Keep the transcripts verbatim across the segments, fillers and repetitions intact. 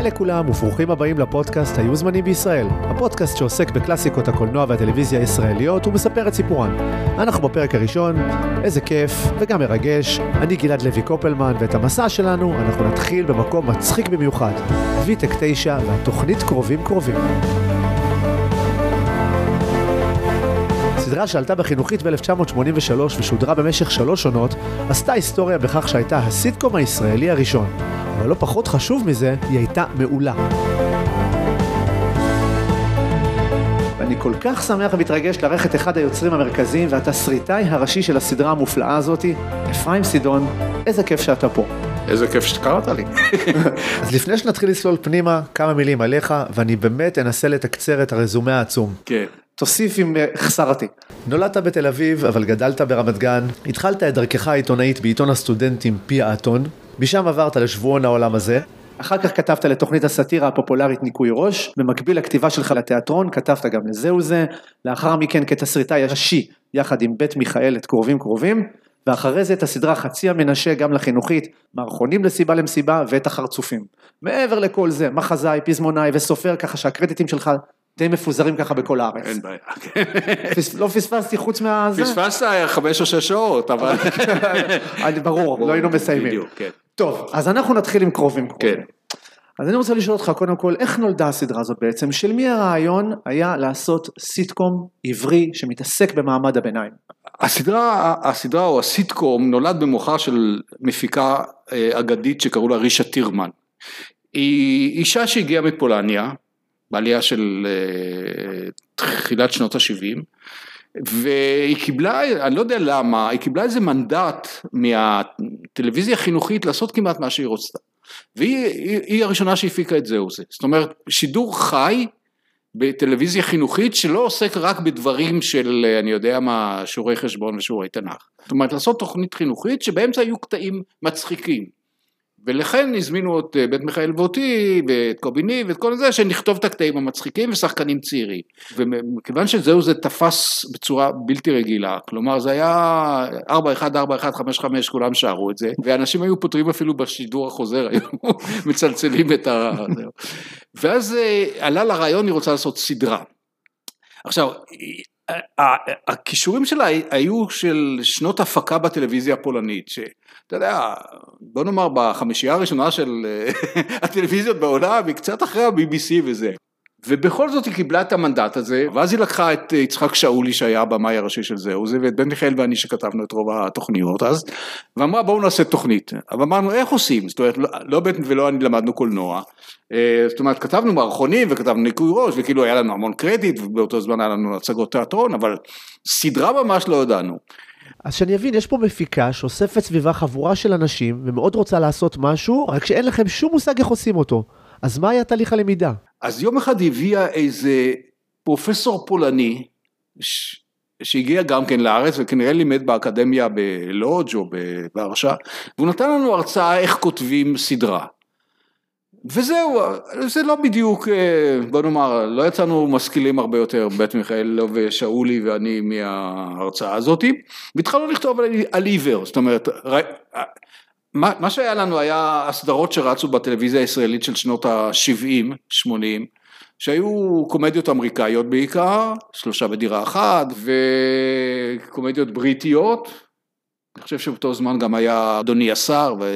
לכולם וברוכים הבאים לפודקאסט היו זמנים בישראל, הפודקאסט שעוסק בקלאסיקות הקולנוע והטלוויזיה הישראליות ומספר את סיפורן. אנחנו בפרק הראשון, איזה כיף וגם מרגש, אני גלעד לוי קופלמן, ואת המסע שלנו אנחנו נתחיל במקום מצחיק במיוחד, ויטק תשע והתוכנית קרובים קרובים. סדרה שעלתה בחינוכית ב-אלף תשע מאות שמונים ושלוש ושודרה במשך שלוש עונות, עשתה היסטוריה בכך שהייתה הסיטקום הישראלי הראשון. אבל לא פחות חשוב מזה, היא הייתה מעולה. ואני כל כך שמח ומתרגש לארח את אחד היוצרים המרכזיים והתסריטאי הראשי של הסדרה המופלאה הזאת, אפרים סידון. איזה כיף שאתה פה. איזה כיף שקראת לי. אז לפני שנתחיל לסלול פנימה, כמה מילים עליך, ואני באמת אנסה לתקצר את הרזומה העצום. כן. תוסיף אם חסרתי. נולדת בתל אביב, אבל גדלת ברמת גן. התחלת את דרכך העיתונאית בעיתון הסטודנטים פי האתון. משם עברת לשבועון העולם הזה. אחר כך כתבת לתוכנית הסאטירה הפופולרית ניקוי ראש. במקביל לכתיבה שלך לתיאטרון, כתבת גם לזהו זה. לאחר מכן כתסריטאי ראשי, יחד עם בית מיכאל את קרובים קרובים. ואחרי זה את הסדרה חצי המנשה גם לחינוכית, מערכונים לסיבה למסיבה ואת החרצופים. מעבר לכל זה, מחזאי, פזמונאי וסופר, ככה שהקרדיטים שלך די מפוזרים ככה בכל הארץ. אין בעיה. לא פספסתי חוץ מהזה? פספסת חמש או שש שעות, אבל... ברור, לא היינו מסיימים. בדיוק, כן. טוב, אז אנחנו נתחיל עם קרובים. כן. אז אני רוצה לשאול אותך קודם כל, איך נולדה הסדרה הזאת בעצם? של מי הרעיון היה לעשות סיטקום עברי שמתעסק במעמד הביניים? הסדרה, הסדרה או הסיטקום נולד במוחה של מפיקה אגדית שקראו לה רישה טירמן. היא אישה שהגיעה מפולניה, בעלייה של תחילת שנות ה-שבעים, והיא קיבלה, אני לא יודע למה, היא קיבלה איזה מנדט מהטלוויזיה החינוכית לעשות כמעט מה שהיא רוצה. והיא היא, היא הראשונה שהפיקה את זהו זה. זאת אומרת, שידור חי בטלוויזיה חינוכית שלא עוסק רק בדברים של, אני יודע מה, שיעורי חשבון ושיעורי תנ"ך. זאת אומרת, לעשות תוכנית חינוכית שבאמצע היו קטעים מצחיקים. ולכן הזמינו את בית מיכאל ואותי, ואת קוביני, ואת כל זה, שנכתוב את הקטעים המצחיקים ושחקנים צעירים. וכיוון שזהו זה תפס בצורה בלתי רגילה, כלומר זה היה ארבע אחת, ארבע אחת, חמש חמש, כולם שרו את זה, ואנשים היו פותרים אפילו בשידור החוזר, היו מצלצלים את ה... ואז עלה לרעיון, אני רוצה לעשות סדרה. עכשיו, הכישורים שלה היו של שנות הפקה בטלוויזיה הפולנית, שאתה יודע, בוא נאמר בחמישייה הראשונה של הטלוויזיות בעולם, היא קצת אחרי ה-בי בי סי וזה. ובכל זאת היא קיבלה את המנדט הזה, ואז היא לקחה את יצחק שאולי שהיה במאי הראשי של זהו זה, ואת בן מיכאל ואני שכתבנו את רוב התוכניות אז, ואמרה בואו נעשה תוכנית. אבל אמרנו איך עושים? זאת אומרת, לא בן ולא אני למדנו קולנוע, זאת אומרת, כתבנו מערכונים וכתבנו ניקוי ראש, וכאילו היה לנו המון קרדיט, ובאותו זמן היה לנו הצגות תיאטרון, אבל סדרה ממש לא ידענו. אז שאני אבין, יש פה מפיקה שאוספת סביבה חבורה של אנשים, ומאוד רוצה לעשות משהו, רק שאין לכם שום מושג איך עושים אותו. אז מה היה תהליך הלמידה? אז יום אחד הביאה איזה פרופסור פולני, ש... שהגיע גם כן לארץ, וכנראה לימד באקדמיה בלודג' או בהרשעה, והוא נתן לנו הרצאה איך כותבים סדרה. וזהו, זה לא בדיוק, בוא נאמר, לא יצאנו משכילים הרבה יותר, בית מיכאל ושאולי ואני מההרצאה הזאת, והתחלנו לכתוב על, על עיוור, זאת אומרת, מה, מה שהיה לנו היה הסדרות שרצו בטלוויזיה הישראלית של שנות ה-שבעים, שמונים, שהיו קומדיות אמריקאיות בעיקר, שלושה בדירה אחת, וקומדיות בריטיות, אני חושב שבאותו זמן גם היה אדוני השר, ו...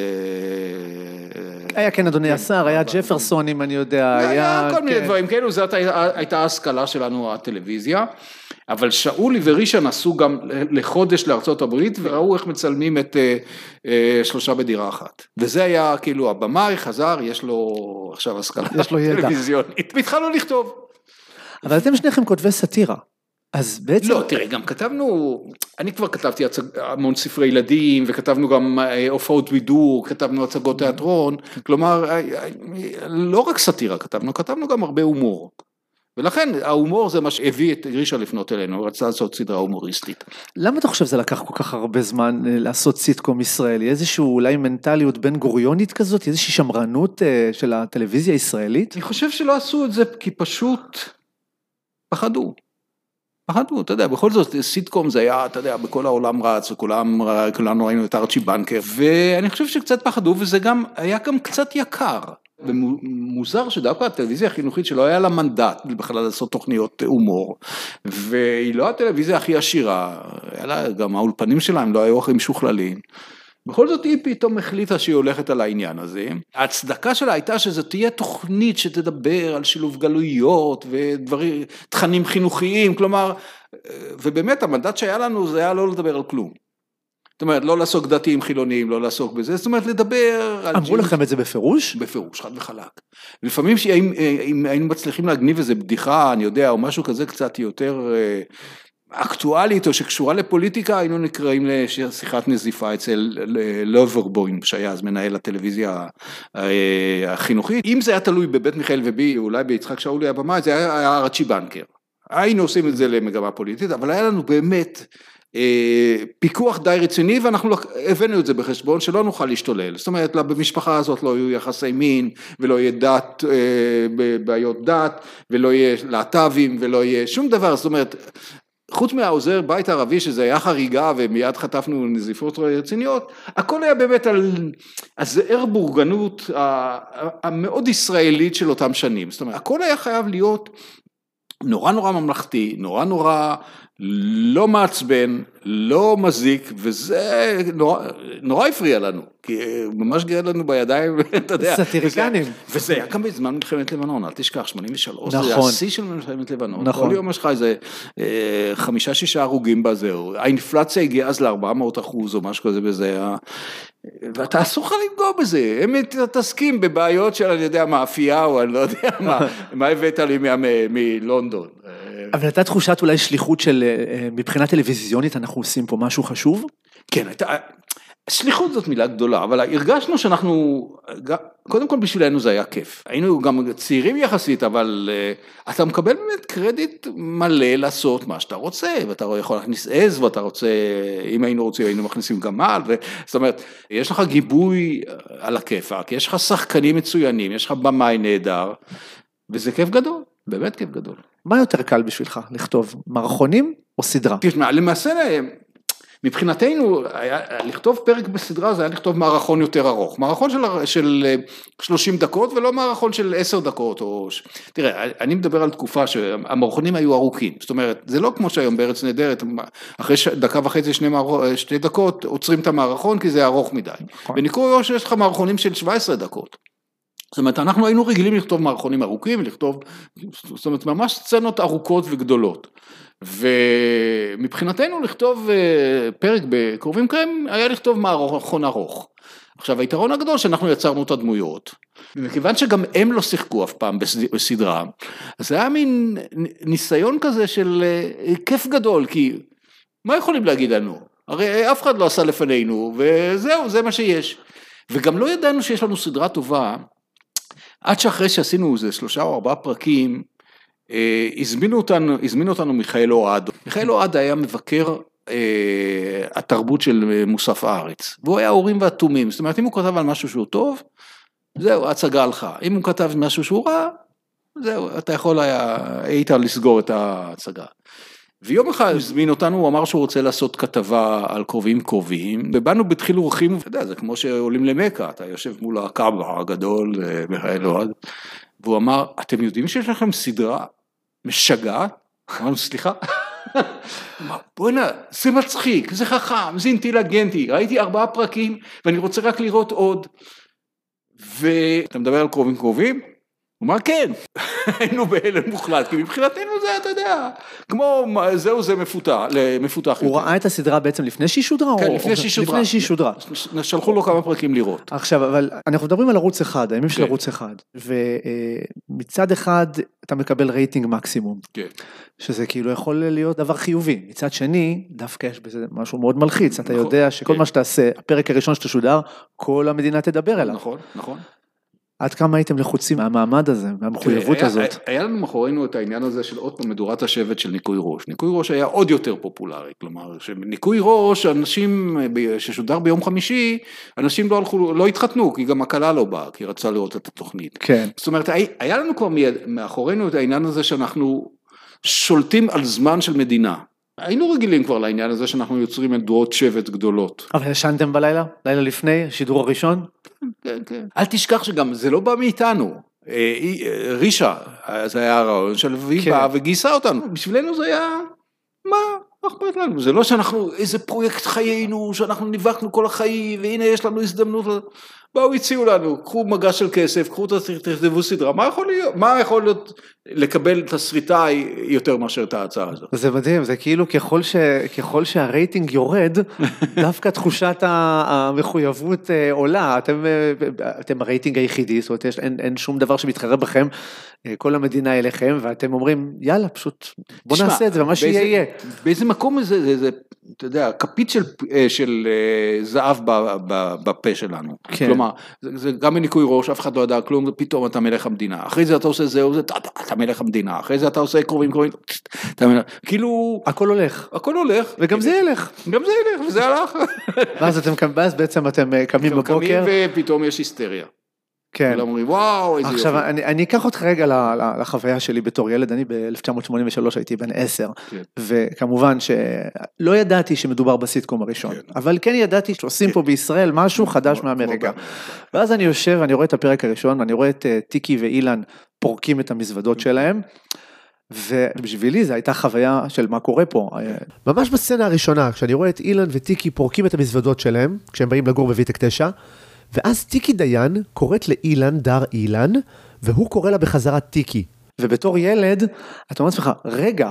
היה כן אדוני השר, היה ג'פרסון אם אני יודע, היה כל מיני דברים כאלו, זאת הייתה ההשכלה שלנו הטלוויזיה, אבל שאולי ורישה נסעו גם לחודש לארצות הברית, וראו איך מצלמים את שלושה בדירה אחת. וזה היה כאילו הבמאי, חזר, יש לו עכשיו השכלה טלוויזיונית, והתחלנו לכתוב. אבל אתם שניכם כותבי סאטירה. אז בעצם... לא, תראה, גם כתבנו, אני כבר כתבתי המון ספרי ילדים, וכתבנו גם הופעות בידור, כתבנו הצגות תיאטרון, כלומר, לא רק סאטירה כתבנו, כתבנו גם הרבה הומור. ולכן ההומור זה מה שהביא את רישה לפנות אלינו, הוא רצה לעשות סדרה הומוריסטית. למה אתה חושב זה לקח כל כך הרבה זמן לעשות סיטקום ישראלי? איזשהו אולי מנטליות בן גוריונית כזאת, איזושהי שמרנות של הטלוויזיה הישראלית? אני חושב שלא עשו את זה כי פשוט פחדו. פחדו, אתה יודע, בכל זאת סיטקום זה היה, אתה יודע, בכל העולם רץ, וכולם, כולנו ראינו את ארצ'י בנקר, ואני חושב שקצת פחדו, וזה גם, היה גם קצת יקר. ומוזר שדווקא הטלוויזיה החינוכית שלא היה לה מנדט בכלל לעשות תוכניות הומור, והיא לא הטלוויזיה הכי עשירה, היה לה, גם האולפנים שלהם לא היו הכי משוכללים, בכל זאת היא פתאום החליטה שהיא הולכת על העניין הזה. ההצדקה שלה הייתה שזו תהיה תוכנית שתדבר על שילוב גלויות ודברים, תכנים חינוכיים, כלומר, ובאמת המנדט שהיה לנו זה היה לא לדבר על כלום. זאת אומרת, לא לעסוק דתיים חילוניים, לא לעסוק בזה, זאת אומרת, לדבר על... אמרו לכם את זה בפירוש? בפירוש, חד וחלק. לפעמים שאם היינו מצליחים להגניב איזה בדיחה, אני יודע, או משהו כזה קצת יותר אקטואלית, או שקשורה לפוליטיקה, היינו נקראים לשיחת נזיפה אצל לוברבוים, שהיה אז מנהל הטלוויזיה החינוכית. אם זה היה תלוי בבית מיכאל ובי, אולי ביצחק שאולי הבמה, זה היה ארצ'י בנקר. היינו עושים את זה למגמה פוליטית, אבל היה לנו באמת... פיקוח די רציני, ואנחנו הבאנו את זה בחשבון שלא נוכל להשתולל, זאת אומרת, במשפחה הזאת לא יהיו יחסי מין, ולא יהיה דת, בעיות דת, ולא יהיה להט"בים, ולא יהיה שום דבר, זאת אומרת, חוץ מהעוזר בית ערבי, שזה היה חריגה, ומיד חטפנו נזיפות רציניות, הכל היה באמת על הזער בורגנות המאוד ישראלית של אותם שנים, זאת אומרת, הכל היה חייב להיות נורא נורא ממלכתי, נורא נורא לא מעצבן, לא מזיק, וזה נורא, נורא הפריע לנו, כי ממש גרד לנו בידיים, אתה יודע. סטיריקנים. וזה, וזה היה גם בזמן מלחמת לבנון, אל תשכח, שמונים ושלוש, נכון. זה השיא של מלחמת לבנון. נכון. כל יום יש לך איזה אה, חמישה, שישה הרוגים בזהו. האינפלציה הגיעה אז ל-ארבע מאות אחוז, או משהו כזה בזה, ואתה אסור לך לנגוע בזה, הם מתעסקים בבעיות של, אני יודע, מאפייה, או אני לא יודע מה, מה הבאת לי מלונדון. אבל הייתה תחושת אולי שליחות של, מבחינה טלוויזיונית, אנחנו עושים פה משהו חשוב? כן, הייתה, שליחות זאת מילה גדולה, אבל הרגשנו שאנחנו, קודם כל בשבילנו זה היה כיף. היינו גם צעירים יחסית, אבל uh, אתה מקבל באמת קרדיט מלא לעשות מה שאתה רוצה, ואתה יכול להכניס עז, ואתה רוצה, אם היינו רוצים, היינו מכניסים גמל, ו... זאת אומרת, יש לך גיבוי על הכיפק, יש לך שחקנים מצוינים, יש לך במאי נהדר, וזה כיף גדול, באמת כיף גדול. מה יותר קל בשבילך לכתוב, מערכונים או סדרה? תשמע, למעשה, מבחינתנו, היה, לכתוב פרק בסדרה, זה היה לכתוב מערכון יותר ארוך, מערכון של, של שלושים דקות, ולא מערכון של עשר דקות, או... תראה, אני מדבר על תקופה שהמערכונים היו ארוכים, זאת אומרת, זה לא כמו שהיום בארץ נהדרת, אחרי דקה וחצי, שני, מערכ... שתי דקות, עוצרים את המערכון, כי זה ארוך מדי, ונקרוא ראש שיש לך מערכונים של שבע עשרה דקות, זאת אומרת, אנחנו היינו רגילים לכתוב מערכונים ארוכים, לכתוב, זאת אומרת, ממש סצנות ארוכות וגדולות, ומבחינתנו לכתוב פרק בקרובים קרם, היה לכתוב מערכון ארוך. עכשיו, היתרון הגדול שאנחנו יצרנו את הדמויות, ומכיוון שגם הם לא שיחקו אף פעם בסדרה, אז זה היה מין ניסיון כזה של כיף גדול, כי מה יכולים להגיד לנו? הרי אף אחד לא עשה לפנינו, וזהו, זה מה שיש. וגם לא ידענו שיש לנו סדרה טובה, עד שאחרי שעשינו איזה שלושה או ארבעה פרקים, הזמינו אותנו, הזמינו אותנו מיכאל אוהד. מיכאל אוהד היה מבקר אה, התרבות של מוסף הארץ, והוא היה הורים ואטומים, זאת אומרת, אם הוא כתב על משהו שהוא טוב, זהו, הצגה לך. אם הוא כתב משהו שהוא רע, זהו, אתה יכול היה, היית לסגור את ההצגה. ויום אחד הזמין אותנו, הוא אמר שהוא רוצה לעשות כתבה על קרובים קרובים, ובאנו בתחיל אורחים, אתה יודע, זה כמו שעולים למקה, אתה יושב מול הקאבה הגדול, מיכאל אוהד, והוא אמר, אתם יודעים שיש לכם סדרה משגעת? אמרנו, סליחה? בוא'נה, זה מצחיק, זה חכם, זה אינטליגנטי, ראיתי ארבעה פרקים, ואני רוצה רק לראות עוד, ואתה מדבר על קרובים קרובים? הוא אמר, כן, היינו בהלם מוחלט, כי מבחינתנו זה, אתה יודע, כמו זהו זה מפותח, מפותח. הוא ראה את הסדרה בעצם לפני שהיא שודרה? כן, לפני שהיא שודרה. לפני שהיא שודרה. שלחו לו כמה פרקים לראות. עכשיו, אבל אנחנו מדברים על ערוץ אחד, הימים של ערוץ אחד, ומצד אחד אתה מקבל רייטינג מקסימום, שזה כאילו יכול להיות דבר חיובי, מצד שני, דווקא יש בזה משהו מאוד מלחיץ, אתה יודע שכל מה שתעשה, הפרק הראשון שאתה שודר, כל המדינה תדבר אליו. נכון, נכון. עד כמה הייתם לחוצים מהמעמד הזה, מהמחויבות הזאת? היה לנו מאחורינו את העניין הזה של עוד פעם מדורת השבט של ניקוי ראש. ניקוי ראש היה עוד יותר פופולרי, כלומר, שניקוי ראש, אנשים ששודר ביום חמישי, אנשים לא הלכו, לא התחתנו, כי גם הקלה לא באה, כי רצה לראות את התוכנית. כן. זאת אומרת, היה לנו כבר מאחורינו את העניין הזה שאנחנו שולטים על זמן של מדינה. היינו רגילים כבר לעניין הזה שאנחנו יוצרים את דורות שבט גדולות. אבל ישנתם בלילה? לילה לפני, שידור הראשון? כן, כן. אל תשכח שגם זה לא בא מאיתנו. רישה, זה היה הרעיון של ויבה וגייסה אותנו. בשבילנו זה היה, מה? אכפת לנו. זה לא שאנחנו, איזה פרויקט חיינו, שאנחנו נבקנו כל החיים, והנה יש לנו הזדמנות. באו הציעו לנו, קחו מגש של כסף, קחו תכתבו סדרה, מה יכול להיות, מה יכול להיות לקבל תסריטה יותר מאשר את ההצעה הזאת? זה מדהים, זה כאילו ככל, ש, ככל שהרייטינג יורד, דווקא תחושת המחויבות עולה, אתם, אתם הרייטינג היחידי, זאת אומרת, יש, אין, אין שום דבר שמתחרה בכם, כל המדינה אליכם, ואתם אומרים, יאללה, פשוט בוא שמה, נעשה את זה, ומה שיהיה יהיה. באיזה מקום זה, זה, זה, אתה יודע, כפית של, של זהב בפה שלנו. כן. כלומר, זה, זה גם בניקוי ראש, אף אחד לא יודע כלום, פתאום אתה מלך המדינה. אחרי זה אתה עושה זהו, זה, אתה, אתה מלך המדינה. אחרי זה אתה עושה קרובים קרובים, אתה מלך, כאילו... הכל הולך. הכל הולך. וגם זה ילך. גם זה ילך, וזה הלך. ואז אתם, בעצם אתם קמים בבוקר. קמים ופתאום יש היסטריה. כן. אומרים, וואו, איזה עכשיו, יופי. אני, אני אקח אותך רגע לחוויה שלי בתור ילד, אני ב-אלף תשע מאות שמונים ושלוש הייתי בן עשר, כן. וכמובן שלא ידעתי שמדובר בסיטקום הראשון, כן. אבל כן ידעתי שעושים כן. פה בישראל משהו חדש מאמריקה. ואז אני יושב, אני רואה את הפרק הראשון, ואני רואה את טיקי ואילן פורקים את המזוודות שלהם, ובשבילי זו הייתה חוויה של מה קורה פה. ממש בסצנה הראשונה, כשאני רואה את אילן וטיקי פורקים את המזוודות שלהם, כשהם באים לגור בויטק תשע, ואז טיקי דיין קוראת לאילן דר אילן, והוא קורא לה בחזרה טיקי. ובתור ילד, אתה אומר לעצמך, רגע,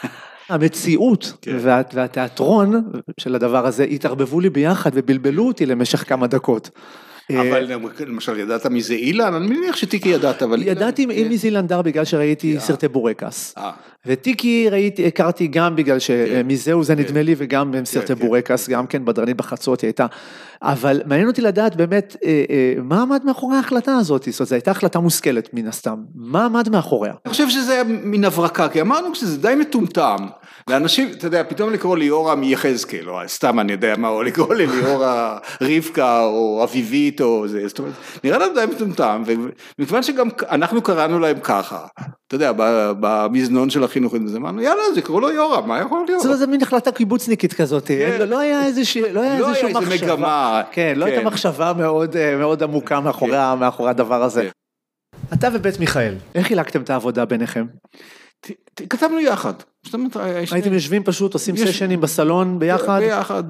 המציאות וה, והתיאטרון של הדבר הזה, התערבבו לי ביחד ובלבלו אותי למשך כמה דקות. אבל למשל ידעת מי זה אילן? אני מניח שטיקי ידעת, אבל... ידעתי מי זה אילן דר בגלל שראיתי סרטי בורקס. וטיקי ראיתי, הכרתי גם בגלל שמזהו זה נדמה לי, וגם סרטי בורקס, גם כן בדרנית בחצות היא הייתה. אבל מעניין אותי לדעת באמת, מה עמד מאחורי ההחלטה הזאת? זאת אומרת, זו הייתה החלטה מושכלת מן הסתם. מה עמד מאחוריה? אני חושב שזה היה מן הברקה, כי אמרנו שזה די מטומטם. לאנשים, אתה יודע, פתאום לקרוא ליאורה מיחזקאל, או סתם אני יודע מה, או לקרוא ליאורה רבקה, או אביבית, או זה, זאת אומרת, נראה לנו די מטומטם, ומכיוון שגם אנחנו קראנו להם ככה, אתה יודע, במזנון של החינוך, אמרנו, יאללה, זה קראו לו יאורה, מה יכול להיות? זה מין החלטה קיבוצניקית כזאת, לא היה איזושהי מחשבה, כן, לא הייתה מחשבה מאוד עמוקה מאחורי הדבר הזה. אתה ובית מיכאל, איך חילקתם את העבודה ביניכם? כתבנו יחד. הייתם יושבים פשוט, עושים סשנים בסלון ביחד? ביחד,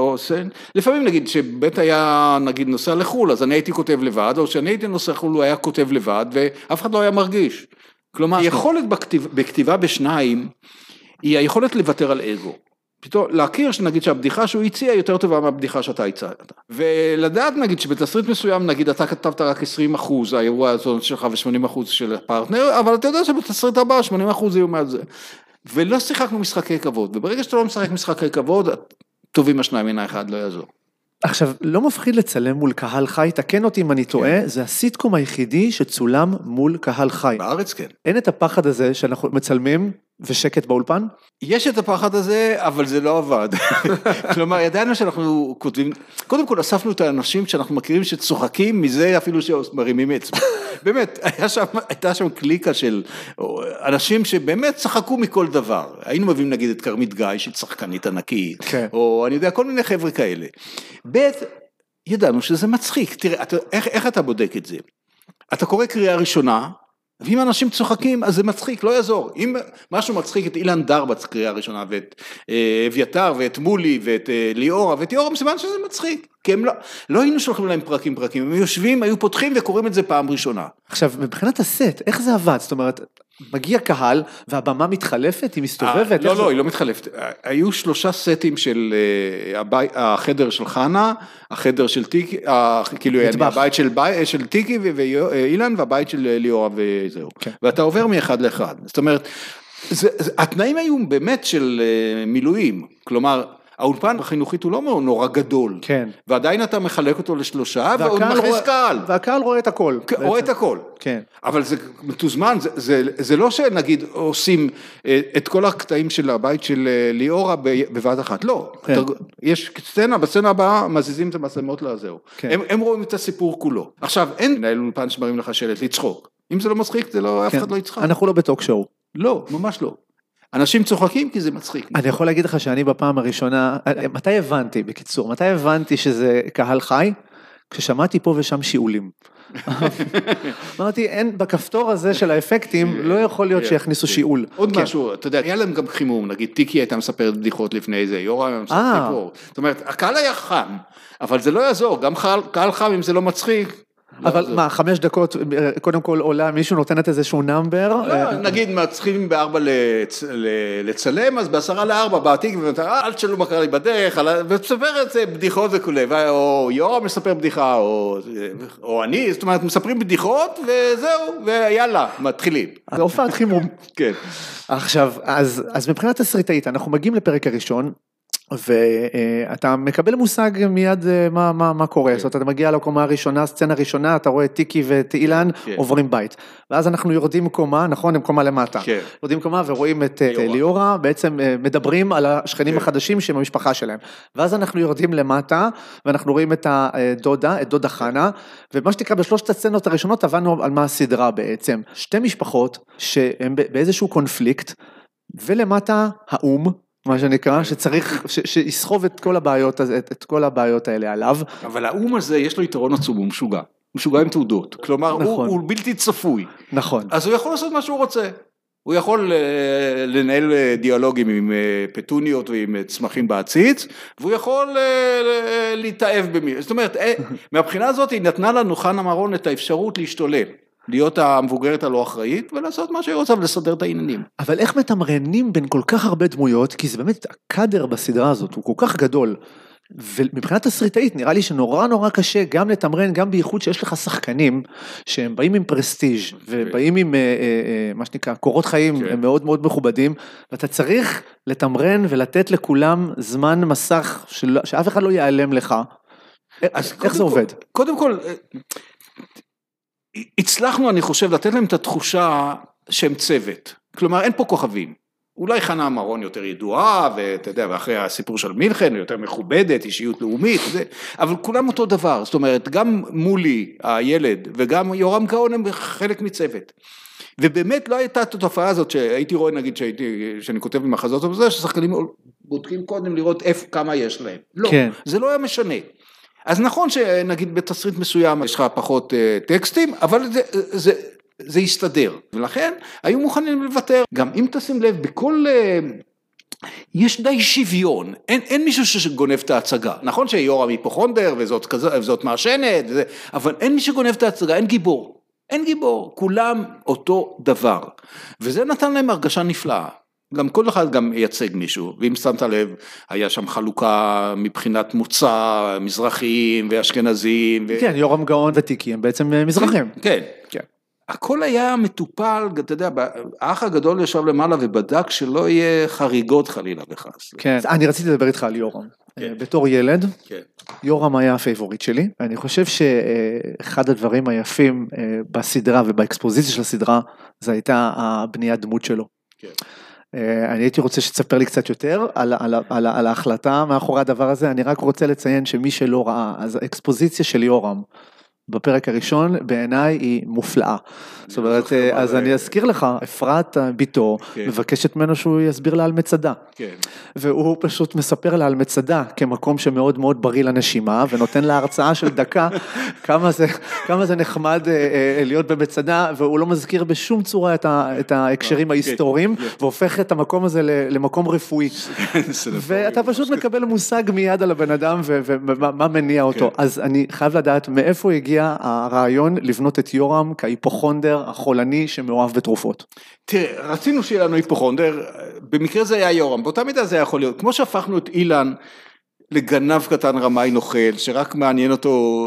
לפעמים נגיד שבית היה נגיד נוסע לחול, אז אני הייתי כותב לבד, או שאני הייתי נוסע לחול, הוא היה כותב לבד, ואף אחד לא היה מרגיש. כלומר, היכולת בכתיבה בשניים, היא היכולת לוותר על אגו. פתאום להכיר שנגיד שהבדיחה שהוא הציע יותר טובה מהבדיחה שאתה הצעת. ולדעת נגיד שבתסריט מסוים נגיד אתה כתבת רק עשרים אחוז האירוע הזאת שלך ו-שמונים אחוז של הפרטנר, אבל אתה יודע שבתסריט הבא שמונים אחוז יהיו מעט זה. ולא שיחקנו משחקי כבוד, וברגע שאתה לא משחק משחקי כבוד, טובים השניים מן האחד לא יעזור. עכשיו, לא מפחיד לצלם מול קהל חי, תקן אותי אם אני טועה, זה הסיטקום היחידי שצולם מול קהל חי. בארץ כן. אין את הפחד הזה שאנחנו מצלמים ושקט באולפן? יש את הפחד הזה, אבל זה לא עבד. כלומר, ידענו שאנחנו כותבים, קודם כל אספנו את האנשים שאנחנו מכירים שצוחקים מזה אפילו שמרימים אצבע. באמת, היה שם, הייתה שם קליקה של אנשים שבאמת צחקו מכל דבר. היינו מביאים נגיד את קרמית גיא, שהיא צחקנית ענקית, כן. או אני יודע, כל מיני חבר'ה כאלה. ב' ידענו שזה מצחיק. תראה, אתה, איך, איך אתה בודק את זה? אתה קורא קריאה ראשונה, ואם אנשים צוחקים, אז זה מצחיק, לא יעזור. אם משהו מצחיק את אילן דר בקריאה הראשונה, ואת אביתר, ואת מולי, ואת ליאורה, ואת יורם, סימן שזה מצחיק. כי הם לא, לא היינו שולחים להם פרקים פרקים, הם יושבים, היו פותחים וקוראים את זה פעם ראשונה. עכשיו, מבחינת הסט, איך זה עבד? זאת אומרת, מגיע קהל, והבמה מתחלפת, היא מסתובבת? לא, לא, היא לא מתחלפת. היו שלושה סטים של החדר של חנה, החדר של טיקי, כאילו, הבית של טיקי ואילן, והבית של ליאורה וזהו. ואתה עובר מאחד לאחד. זאת אומרת, התנאים היו באמת של מילואים, כלומר, האולפן החינוכית הוא לא נורא גדול, כן. ועדיין אתה מחלק אותו לשלושה, ועוד מכניס קהל. והקהל רואה את הכל. רואה את הכל. כן. אבל זה מתוזמן, זה, זה, זה לא שנגיד עושים את כל הקטעים של הבית של ליאורה בבת אחת, לא. כן. אתה, יש סצנה, בסצנה הבאה מזיזים את המצלמות לזהו. כן. הם, הם רואים את הסיפור כולו. עכשיו, אין מנהל אולפן שמרים לך שלט לצחוק. אם זה לא מצחיק, זה לא, כן. אף אחד לא יצחק. אנחנו לא בטוק שואו. לא, ממש לא. אנשים צוחקים כי זה מצחיק. אני יכול להגיד לך שאני בפעם הראשונה, מתי הבנתי, בקיצור, מתי הבנתי שזה קהל חי? כששמעתי פה ושם שיעולים. אמרתי, אין, בכפתור הזה של האפקטים, לא יכול להיות שיכניסו שיעול. עוד משהו, אתה יודע, היה להם גם חימום, נגיד, טיקי הייתה מספרת בדיחות לפני זה, יורם היה מספר סיפור. זאת אומרת, הקהל היה חם, אבל זה לא יעזור, גם קהל חם, אם זה לא מצחיק, אבל מה, חמש דקות, קודם כל עולה, מישהו נותנת איזשהו נאמבר? לא, נגיד, צריכים בארבע לצלם, אז בעשרה לארבע, בעתיק, אל תשאלו מה קרה לי בדרך, וספר את זה בדיחות וכולי, או יורם מספר בדיחה, או אני, זאת אומרת, מספרים בדיחות, וזהו, ויאללה, מתחילים. הופעת חימום. כן. עכשיו, אז מבחינת תסריטאית, אנחנו מגיעים לפרק הראשון, ואתה מקבל מושג מיד מה, מה, מה קורה, זאת אומרת, אתה מגיע לקומה הראשונה, סצנה ראשונה, אתה רואה טיקי ואת אילן עוברים בית, ואז אנחנו יורדים קומה, נכון, הם קומה למטה, יורדים קומה ורואים את ליאורה, בעצם מדברים על השכנים החדשים שהם המשפחה שלהם, ואז אנחנו יורדים למטה, ואנחנו רואים את הדודה, את דודה חנה, ומה שתקרא בשלושת הסצנות הראשונות, הבנו על מה הסדרה בעצם, שתי משפחות שהם באיזשהו קונפליקט, ולמטה האום, מה שנקרא, שצריך, שיסחוב את כל הבעיות, את כל הבעיות האלה עליו. אבל האום הזה יש לו יתרון עצום, הוא משוגע. משוגע עם תעודות. כלומר, נכון. הוא, הוא בלתי צפוי. נכון. אז הוא יכול לעשות מה שהוא רוצה. הוא יכול לנהל דיאלוגים עם פטוניות ועם צמחים בעציץ, והוא יכול להתאהב במי. זאת אומרת, מהבחינה הזאת היא נתנה לנו חנה מרון את האפשרות להשתולל. להיות המבוגרת הלא אחראית, ולעשות מה שהיא רוצה, ולסדר את העניינים. אבל איך מתמרנים בין כל כך הרבה דמויות, כי זה באמת, הקאדר בסדרה הזאת הוא כל כך גדול, ומבחינת תסריטאית, נראה לי שנורא נורא קשה, גם לתמרן, גם בייחוד שיש לך שחקנים, שהם באים עם פרסטיג', ובאים עם, מה שנקרא, קורות חיים, הם מאוד מאוד מכובדים, ואתה צריך לתמרן, ולתת לכולם זמן מסך, שאף אחד לא ייעלם לך. איך זה עובד? קודם כל, הצלחנו, אני חושב, לתת להם את התחושה שהם צוות. כלומר, אין פה כוכבים. אולי חנה מרון יותר ידועה, ואתה יודע, ואחרי הסיפור של מילכן, יותר מכובדת, אישיות לאומית, זה, אבל כולם אותו דבר. זאת אומרת, גם מולי, הילד, וגם יורם גאון הם חלק מצוות. ובאמת לא הייתה את התופעה הזאת, שהייתי רואה, נגיד, שהייתי, שאני כותב עם החזות ובזה, ששחקנים בודקים קודם לראות איפה, כמה יש להם. לא, כן. זה לא היה משנה. אז נכון שנגיד בתסריט מסוים יש לך פחות uh, טקסטים, אבל זה, זה, זה יסתדר, ולכן היו מוכנים לוותר. גם אם תשים לב, בכל, uh, יש די שוויון, אין, אין מישהו שגונב את ההצגה. נכון שיורם היפוכונדר וזאת, כזה, וזאת מעשנת, וזה, אבל אין מי שגונב את ההצגה, אין גיבור. אין גיבור, כולם אותו דבר. וזה נתן להם הרגשה נפלאה. גם כל אחד גם ייצג מישהו, ואם שמת לב, היה שם חלוקה מבחינת מוצא, מזרחיים ואשכנזים. ו... כן, יורם גאון וטיקי, הם בעצם מזרחים. כן, כן. הכל היה מטופל, אתה יודע, האח הגדול ישב למעלה ובדק שלא יהיה חריגות חלילה וחס. כן, אני רציתי לדבר איתך על יורם. כן. בתור ילד, כן. יורם היה הפייבוריט שלי, ואני חושב שאחד הדברים היפים בסדרה ובאקספוזיציה של הסדרה, זה הייתה הבניית דמות שלו. כן. אני הייתי רוצה שתספר לי קצת יותר על, על, על, על ההחלטה מאחורי הדבר הזה, אני רק רוצה לציין שמי שלא ראה, אז האקספוזיציה של יורם, בפרק הראשון, בעיניי היא מופלאה. זאת אומרת, אז אני אזכיר לך, אפרת ביתו, מבקשת ממנו שהוא יסביר לה על מצדה. והוא פשוט מספר לה על מצדה, כמקום שמאוד מאוד בריא לנשימה, ונותן לה הרצאה של דקה, כמה זה, כמה זה נחמד להיות במצדה, והוא לא מזכיר בשום צורה את ההקשרים ההיסטוריים, והופך את המקום הזה למקום רפואי. ואתה פשוט מקבל מושג מיד על הבן אדם, ומה מניע אותו. אז אני חייב לדעת מאיפה הגיע הרעיון לבנות את יורם כהיפוכונדר החולני שמאוהב בתרופות. תראה, רצינו שיהיה לנו היפוכונדר, במקרה זה היה יורם, באותה מידה זה יכול להיות, כמו שהפכנו את אילן לגנב קטן רמאי נוכל, שרק מעניין אותו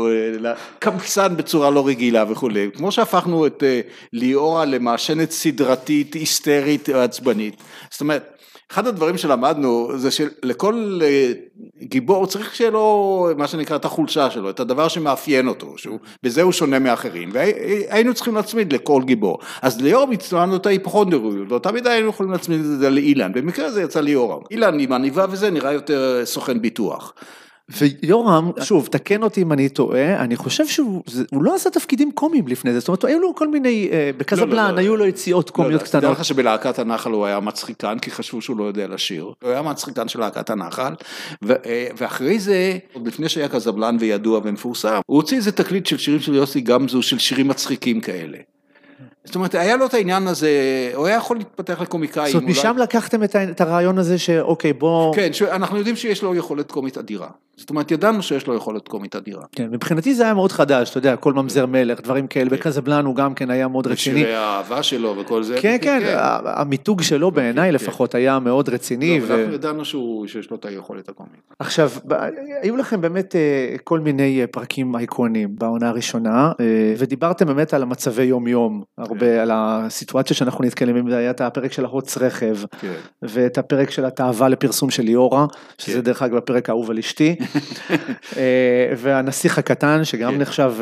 קמצן בצורה לא רגילה וכו', כמו שהפכנו את ליאורה למעשנת סדרתית, היסטרית, עצבנית, זאת אומרת, אחד הדברים שלמדנו זה שלכל גיבור צריך שיהיה לו מה שנקרא את החולשה שלו, את הדבר שמאפיין אותו, שהוא, בזה הוא שונה מאחרים, והיינו צריכים להצמיד לכל גיבור. אז ליאורם הצטרנו את ההיפוכונדריות, ואותה מידה היינו יכולים להצמיד את זה לאילן, במקרה זה יצא ליאורם. אילן עם עניבה וזה נראה יותר סוכן ביטוח. ויורם, שוב, תקן אותי אם אני טועה, אני חושב שהוא לא עשה תפקידים קומיים לפני זה, זאת אומרת, היו לו כל מיני, בקזבלן, היו לו יציאות קומיות קטנות. תדע לך שבלהקת הנחל הוא היה מצחיקן, כי חשבו שהוא לא יודע לשיר, הוא היה מצחיקן של להקת הנחל, ואחרי זה, עוד לפני שהיה קזבלן וידוע ומפורסם, הוא הוציא איזה תקליט של שירים של יוסי גמזו, של שירים מצחיקים כאלה. זאת אומרת, היה לו את העניין הזה, הוא היה יכול להתפתח לקומיקאי. זאת אומרת, משם לקחתם את הרעיון הזה שאוקיי, בוא... כן, אנחנו יודעים שיש לו יכולת קומית אדירה. זאת אומרת, ידענו שיש לו יכולת קומית אדירה. כן, מבחינתי זה היה מאוד חדש, אתה יודע, כל ממזר מלך, דברים כאלה, בקזבלן הוא גם כן היה מאוד רציני. ושירי האהבה שלו וכל זה. כן, כן, המיתוג שלו בעיניי לפחות היה מאוד רציני. אנחנו ידענו שיש לו את היכולת הקומית. עכשיו, היו לכם באמת כל מיני פרקים אייקונים בעונה הראשונה, ודיברתם באמת על המצבי יום-יום, הרבה על הסיטואציה שאנחנו נתקלים עם זה, היה את הפרק של ההוץ רכב, ואת הפרק של התאווה לפרסום של ליאורה, שזה דרך אגב הפרק האהוב על אשתי, והנסיך הקטן, שגם נחשב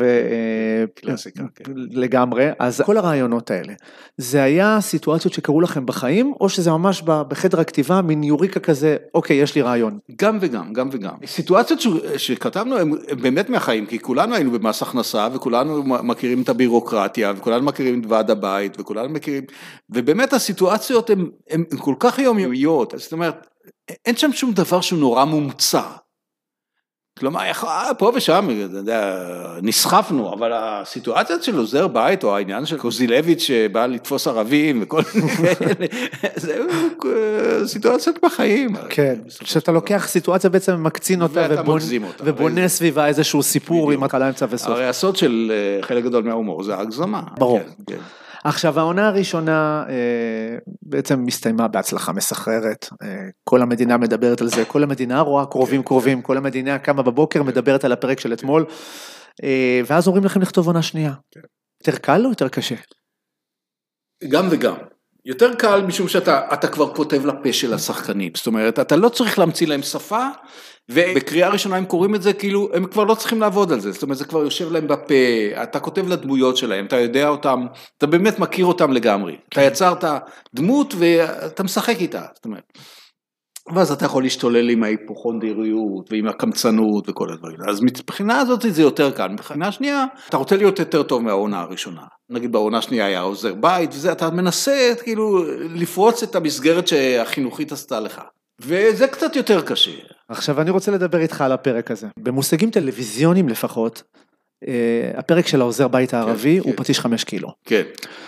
לגמרי, אז כל הרעיונות האלה, זה היה סיטואציות שקרו לכם בחיים, או שזה ממש בחדר הכתיבה, מין יוריקה כזה, אוקיי, יש לי רעיון. גם וגם, גם וגם. סיטואציות שכתבנו הן באמת מהחיים, כי כולנו היינו במס הכנסה, וכולנו מכירים את הבירוקרטיה, וכולנו מכירים את ועד הבית, וכולנו מכירים, ובאמת הסיטואציות הן כל כך יומיומיות, זאת אומרת, אין שם שום דבר שהוא נורא מומצא. כלומר, פה ושם, נסחפנו, אבל הסיטואציות של עוזר בית, או העניין של קוזילביץ' שבא לתפוס ערבים, וכל מיני כאלה, זה סיטואציות בחיים. כן, שאתה לוקח סיטואציה בעצם מקצין אותה, ובונה סביבה איזשהו סיפור עם התחלה, אמצע וסוף. הרי הסוד של חלק גדול מההומור, זה הגזמה. ברור. עכשיו, העונה הראשונה בעצם מסתיימה בהצלחה מסחררת, כל המדינה מדברת על זה, כל המדינה רואה קרובים קרובים, כל המדינה קמה בבוקר מדברת על הפרק של אתמול, ואז אומרים לכם לכתוב עונה שנייה. יותר קל או יותר קשה? גם וגם. יותר קל משום שאתה כבר כותב לפה של השחקנים, זאת אומרת, אתה לא צריך להמציא להם שפה, ובקריאה ראשונה הם קוראים את זה, כאילו, הם כבר לא צריכים לעבוד על זה, זאת אומרת, זה כבר יושב להם בפה, אתה כותב לדמויות שלהם, אתה יודע אותם, אתה באמת מכיר אותם לגמרי, אתה יצרת דמות ואתה משחק איתה, זאת אומרת, ואז אתה יכול להשתולל עם ההיפוכונדריות, ועם הקמצנות וכל הדברים, אז מבחינה הזאת זה יותר קל, מבחינה השנייה, אתה רוצה להיות יותר טוב מהעונה הראשונה, נגיד בעונה השנייה היה עוזר בית, וזה, אתה מנסה כאילו לפרוץ את המסגרת שהחינוכית עשתה לך, וזה קצת יותר קשה. עכשיו אני רוצה לדבר איתך על הפרק הזה. במושגים טלוויזיונים לפחות, הפרק של העוזר בית הערבי הוא פטיש חמש קילו. כן.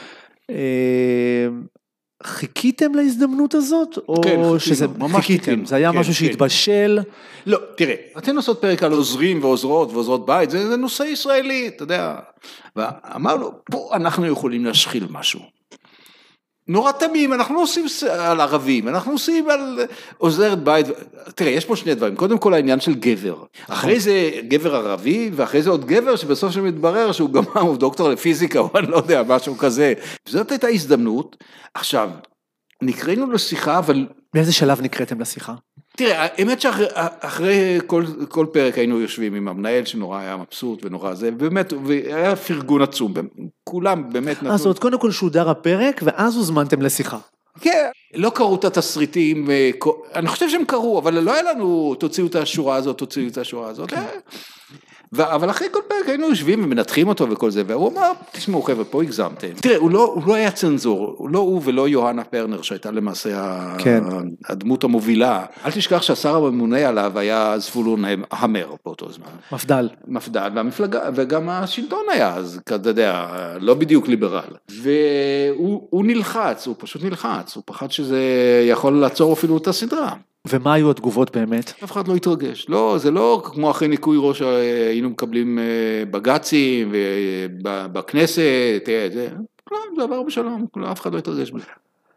חיכיתם להזדמנות הזאת? כן, או שזה ממש חיכיתם? זה היה משהו שהתבשל? לא, תראה, רצינו לעשות פרק על עוזרים ועוזרות ועוזרות בית, זה נושא ישראלי, אתה יודע. ואמרנו, פה אנחנו יכולים להשחיל משהו. נורא תמים, אנחנו לא עושים על ערבים, אנחנו עושים על עוזרת בית, תראה, יש פה שני דברים, קודם כל העניין של גבר, אחרי זה גבר ערבי, ואחרי זה עוד גבר שבסוף שמתברר שהוא גם הוא דוקטור לפיזיקה, או אני לא יודע, משהו כזה, זאת הייתה הזדמנות, עכשיו, נקראנו לשיחה, אבל... באיזה שלב נקראתם לשיחה? תראה, האמת שאחרי כל, כל פרק היינו יושבים עם המנהל שנורא היה מבסוט ונורא זה, ובאמת, והיה פרגון עצום, כולם באמת נתנו... אז זאת קודם כל שודר הפרק, ואז הוזמנתם לשיחה. כן, לא קראו את התסריטים, אני חושב שהם קראו, אבל לא היה לנו, תוציאו את השורה הזאת, תוציאו את השורה הזאת, אבל אחרי כל פרק היינו יושבים ומנתחים אותו וכל זה, והוא אמר, תשמעו חבר'ה, פה הגזמתם. תראה, הוא לא, הוא לא היה צנזור, הוא לא הוא ולא יוהנה פרנר, שהייתה למעשה כן. הדמות המובילה. אל תשכח שהשר הממונה עליו היה זבולון המר באותו זמן. מפדל. מפדל, והמפלגה, וגם השלטון היה, אז אתה יודע, לא בדיוק ליברל. והוא נלחץ, הוא פשוט נלחץ, הוא פחד שזה יכול לעצור אפילו את הסדרה. ומה היו התגובות באמת? אף אחד לא התרגש, לא, זה לא כמו אחרי ניקוי ראש היינו מקבלים בגצים ובכנסת, זה, לא, זה עבר בשלום, אף אחד לא התרגש בזה.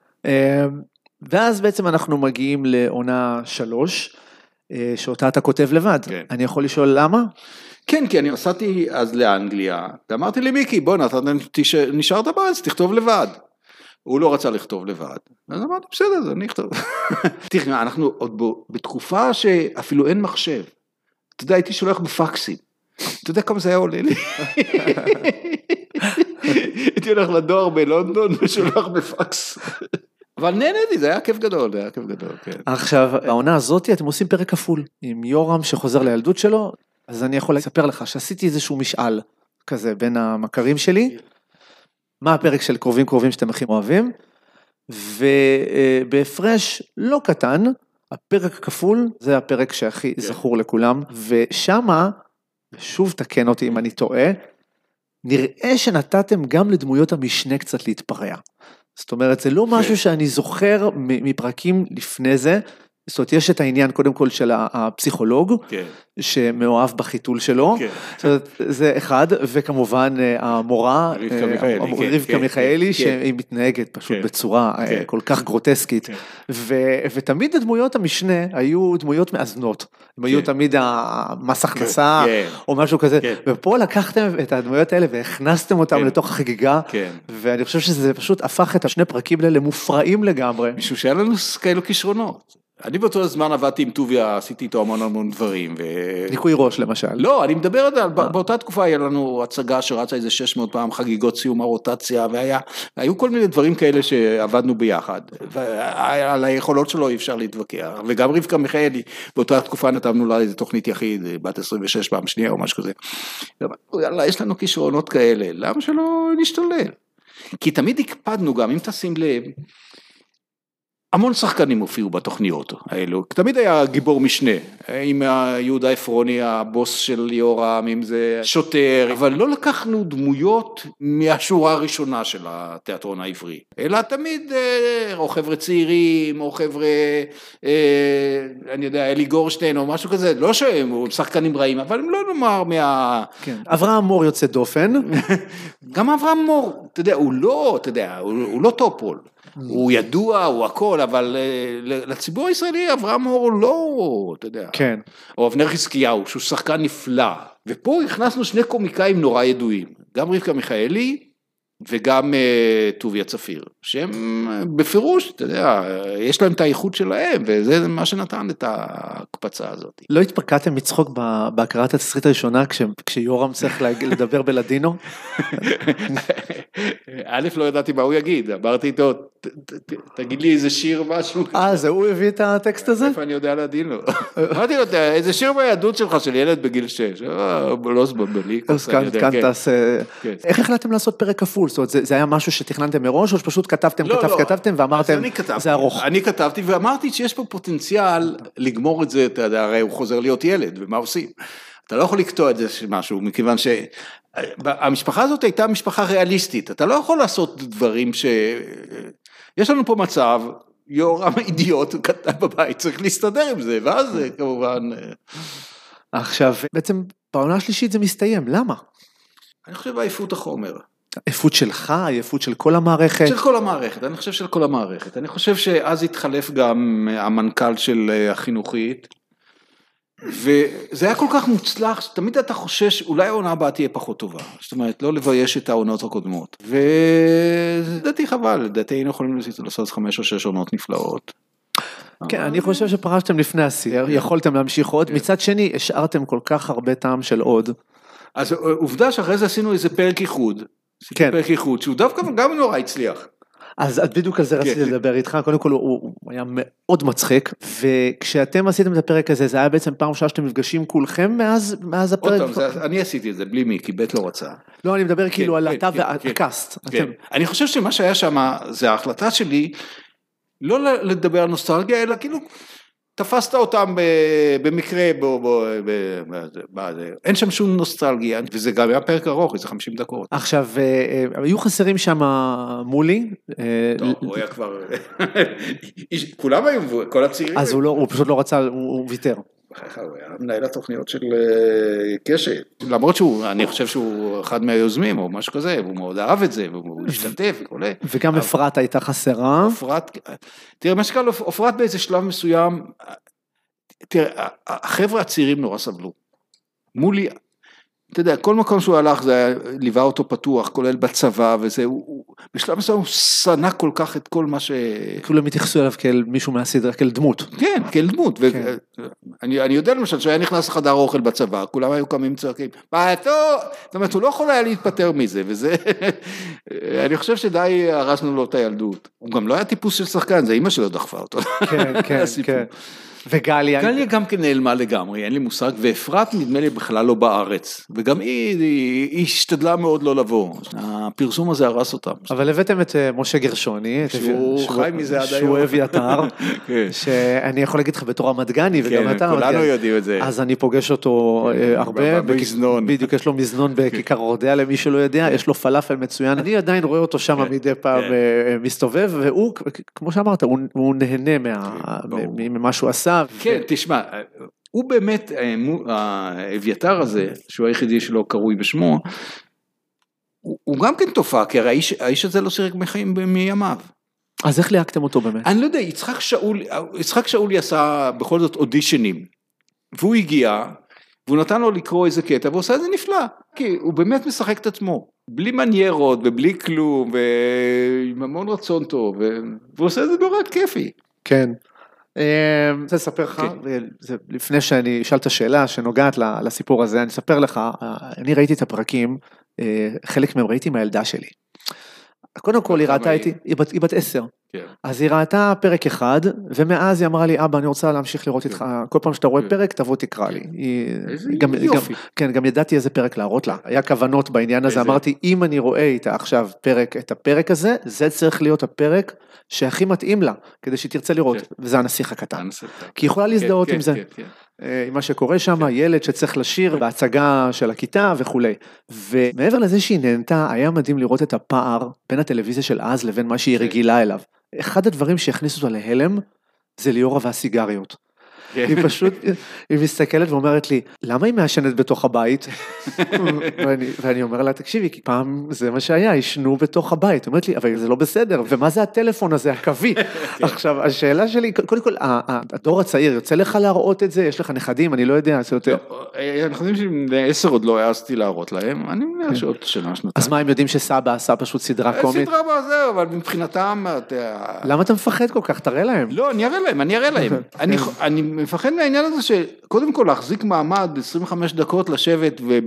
ואז בעצם אנחנו מגיעים לעונה שלוש, שאותה אתה כותב לבד, אני יכול לשאול למה? כן, כי אני נסעתי אז לאנגליה, ואמרתי לי מיקי, בוא נשארת בארץ, תכתוב לבד. הוא לא רצה לכתוב לבד. אז אמרתי, בסדר, אז אני אכתוב. תראה, אנחנו עוד בתקופה שאפילו אין מחשב. אתה יודע, הייתי שולח בפקסים. אתה יודע כמה זה היה עולה לי? הייתי הולך לדואר בלונדון ושולח בפקס. אבל נהניתי, זה היה כיף גדול, זה היה כיף גדול, כן. עכשיו, העונה הזאת אתם עושים פרק כפול, עם יורם שחוזר לילדות שלו, אז אני יכול לספר לך שעשיתי איזשהו משאל כזה בין המכרים שלי, מה הפרק של קרובים קרובים שאתם הכי אוהבים, ובהפרש לא קטן, הפרק הכפול זה הפרק שהכי זכור לכולם, ושמה, שוב תקן אותי אם אני טועה, נראה שנתתם גם לדמויות המשנה קצת להתפרע. זאת אומרת, זה לא משהו שאני זוכר מפרקים לפני זה, זאת אומרת, יש את העניין קודם כל של הפסיכולוג, שמאוהב בחיתול שלו, זאת אומרת, זה אחד, וכמובן המורה, רבקה מיכאלי, שהיא מתנהגת פשוט בצורה כל כך גרוטסקית, ותמיד הדמויות המשנה היו דמויות מאזנות, הם היו תמיד המס הכנסה, או משהו כזה, ופה לקחתם את הדמויות האלה, והכנסתם אותם לתוך החגיגה, ואני חושב שזה פשוט הפך את השני פרקים האלה למופרעים לגמרי. משהו שהיה לנו כאלו כישרונות. אני באותו זמן עבדתי עם טוביה, עשיתי איתו המון המון דברים. ניקוי ראש למשל. לא, אני מדבר על זה, באותה תקופה היה לנו הצגה שרצה איזה שש מאות פעם, חגיגות סיום הרוטציה, והיו כל מיני דברים כאלה שעבדנו ביחד, ועל היכולות שלו אי אפשר להתווכח, וגם רבקה מיכאלי, באותה תקופה נתנו לה איזה תוכנית יחיד, בת עשרים ושש פעם שנייה או משהו כזה. יאללה, יש לנו כישרונות כאלה, למה שלא נשתולל? כי תמיד הקפדנו גם, אם תשים לב, המון שחקנים הופיעו בתוכניות האלו, תמיד היה גיבור משנה, עם יהודה עפרוני, הבוס של יורם, אם זה שוטר, אבל לא לקחנו דמויות מהשורה הראשונה של התיאטרון העברי, אלא תמיד או חבר'ה צעירים, או חבר'ה, אני יודע, אלי גורשטיין, או משהו כזה, לא שהם שחקנים רעים, אבל הם לא נאמר מה... כן, אברהם מור יוצא דופן. גם אברהם מור, אתה יודע, הוא לא, אתה יודע, הוא לא טופול. הוא ידוע, הוא הכל, אבל לציבור הישראלי אברהם מור לא, אתה יודע. כן. או אבנר חזקיהו, שהוא שחקן נפלא. ופה הכנסנו שני קומיקאים נורא ידועים, גם רבקה מיכאלי, וגם טוביה צפיר, שהם בפירוש, אתה יודע, יש להם את האיכות שלהם, וזה מה שנתן את ההקפצה הזאת. לא התפקעתם מצחוק בהקראת התסריט הראשונה, כשיורם צריך לדבר בלדינו? א', לא ידעתי מה הוא יגיד, אמרתי איתו, תגיד לי איזה שיר משהו. אה, זה הוא הביא את הטקסט הזה? איפה אני יודע לדינו. אמרתי לו, איזה שיר ביהדות שלך של ילד בגיל שש, לא סבבלי. אז כאן תעשה, איך החלטתם לעשות פרק כפול? זאת אומרת, זה היה משהו שתכננתם מראש, או שפשוט כתבתם, כתבתם ואמרתם, זה ארוך. אני כתבתי ואמרתי שיש פה פוטנציאל לגמור את זה, אתה יודע, הרי הוא חוזר להיות ילד, ומה עושים? אתה לא יכול לקטוע את זה משהו, מכיוון שהמשפחה הזאת הייתה משפחה ריאליסטית, אתה לא יכול לעשות דברים ש... יש לנו פה מצב, יורם אידיוט, הוא כתב בבית, צריך להסתדר עם זה, ואז זה כמובן... עכשיו, בעצם בעונה השלישית זה מסתיים, למה? אני חושב העייפות החומר. העייפות שלך, העייפות של כל המערכת? של כל המערכת, אני חושב של כל המערכת. אני חושב שאז התחלף גם המנכ"ל של החינוכית, וזה היה כל כך מוצלח, שתמיד אתה חושש, אולי העונה הבאה תהיה פחות טובה, זאת אומרת, לא לבייש את העונות הקודמות, ולדעתי חבל, לדעתי היינו יכולים לעשות חמש או שש עונות נפלאות. כן, אני חושב שפרשתם לפני הסיר, יכולתם להמשיך עוד, מצד שני, השארתם כל כך הרבה טעם של עוד. אז עובדה שאחרי זה עשינו איזה פרק איחוד, פרק איחוד, שהוא דווקא גם נורא הצליח. אז בדיוק על זה רציתי לדבר איתך, קודם כל הוא היה מאוד מצחיק, וכשאתם עשיתם את הפרק הזה, זה היה בעצם פעם שעה שאתם מפגשים כולכם מאז הפרק? עוד פעם, אני עשיתי את זה, בלי מי, כי בית לא רצה. לא, אני מדבר כאילו על אתה והקאסט. אני חושב שמה שהיה שם, זה ההחלטה שלי, לא לדבר על נוסטלגיה, אלא כאילו, תפסת אותם במקרה, אין שם שום נוסטלגיה, וזה גם היה פרק ארוך, איזה חמישים דקות. עכשיו, היו חסרים שם מולי. טוב, הוא היה כבר, כולם היו, כל הצעירים. אז הוא פשוט לא רצה, הוא ויתר. הוא היה מנהל התוכניות של קשת, למרות שהוא, אני חושב שהוא אחד מהיוזמים או משהו כזה, והוא מאוד אהב את זה, והוא השתתף וכו'. וגם אפרת הייתה חסרה. אפרת, תראה, מה שקרה, אפרת באיזה שלב מסוים, תראה, החבר'ה הצעירים נורא סבלו. מולי, אתה יודע, כל מקום שהוא הלך, זה ליווה אותו פתוח, כולל בצבא, וזה, הוא, בשלב מסוים הוא שנא כל כך את כל מה ש... כולם התייחסו אליו כאל מישהו מהסדרה, כאל דמות. כן, כאל דמות, כן. ואני אני יודע למשל, שהיה נכנס לחדר אוכל בצבא, כולם היו קמים צועקים, בעתו, זאת אומרת, הוא לא יכול היה להתפטר מזה, וזה, אני חושב שדי הרסנו לו את הילדות. הוא גם לא היה טיפוס של שחקן, זה אמא שלו דחפה אותו. כן, כן, כן. וגליה. גליה גם כן נעלמה לגמרי, אין לי מושג, ואפרת נדמה לי בכלל לא בארץ, וגם היא, היא, היא השתדלה מאוד לא לבוא, הפרסום הזה הרס אותם. אבל הבאתם את משה גרשוני, שהוא חי מזה עד היום. שהוא אביתר, שאני יכול להגיד לך בתור המדגני, וגם אתה, כולנו יודעים את זה. אז אני פוגש אותו הרבה, במזנון. בדיוק יש לו מזנון בכיכר רודיה, למי שלא יודע, יש לו פלאפל מצוין, אני עדיין רואה אותו שם מדי פעם מסתובב, והוא, כמו שאמרת, הוא נהנה ממה שהוא עשה. כן, תשמע, הוא באמת, האביתר הזה, שהוא היחידי שלו קרוי בשמו, הוא גם כן תופעה, כי הרי האיש הזה לא שיחק מחיים מימיו. אז איך ליהקתם אותו באמת? אני לא יודע, יצחק שאול, יצחק שאולי עשה בכל זאת אודישנים, והוא הגיע, והוא נתן לו לקרוא איזה קטע, והוא עושה את זה נפלא, כי הוא באמת משחק את עצמו, בלי מניירות ובלי כלום, ועם המון רצון טוב, והוא עושה את זה נורא כיפי. כן. אני רוצה לספר לך, לפני שאני אשאל את השאלה שנוגעת לסיפור הזה, אני אספר לך, אני ראיתי את הפרקים, חלק מהם ראיתי מהילדה שלי. קודם כל היא ראתה איתי, היא בת עשר, אז היא ראתה פרק אחד, ומאז היא אמרה לי, אבא, אני רוצה להמשיך לראות איתך, כל פעם שאתה רואה פרק, תבוא תקרא לי. כן, גם ידעתי איזה פרק להראות לה, היה כוונות בעניין הזה, אמרתי, אם אני רואה איתה עכשיו את הפרק הזה, זה צריך להיות הפרק שהכי מתאים לה, כדי שהיא תרצה לראות, וזה הנסיך הקטן, כי היא יכולה להזדהות עם זה, עם מה שקורה שם, ילד שצריך לשיר בהצגה של הכיתה וכו'. ומעבר לזה שהיא נהנתה, היה מדהים לראות את הפער בין הטלוויזיה של אז לבין מה שהיא רגילה אליו. אחד הדברים שהכניסו אותה להלם, זה ליאורה והסיגריות. היא פשוט, היא מסתכלת ואומרת לי, למה היא מעשנת בתוך הבית? ואני, ואני אומר לה, תקשיבי, כי פעם זה מה שהיה, ישנו בתוך הבית. היא אומרת לי, אבל זה לא בסדר, ומה זה הטלפון הזה, הקווי? עכשיו, השאלה שלי, קודם כל, הדור הצעיר, יוצא לך להראות את זה? יש לך נכדים, אני לא יודע. הנכדים שלי עשר עוד לא העזתי להראות להם, אני מניח שעוד שנה, שנתיים. אז מה, הם יודעים שסבא עשה פשוט סדרה קומית? סדרה בזה, אבל מבחינתם... למה אתה מפחד כל כך? תראה להם. לא, אני אראה להם, אני אראה להם. אני מפחד מהעניין הזה שקודם כל להחזיק מעמד עשרים וחמש דקות לשבת וב...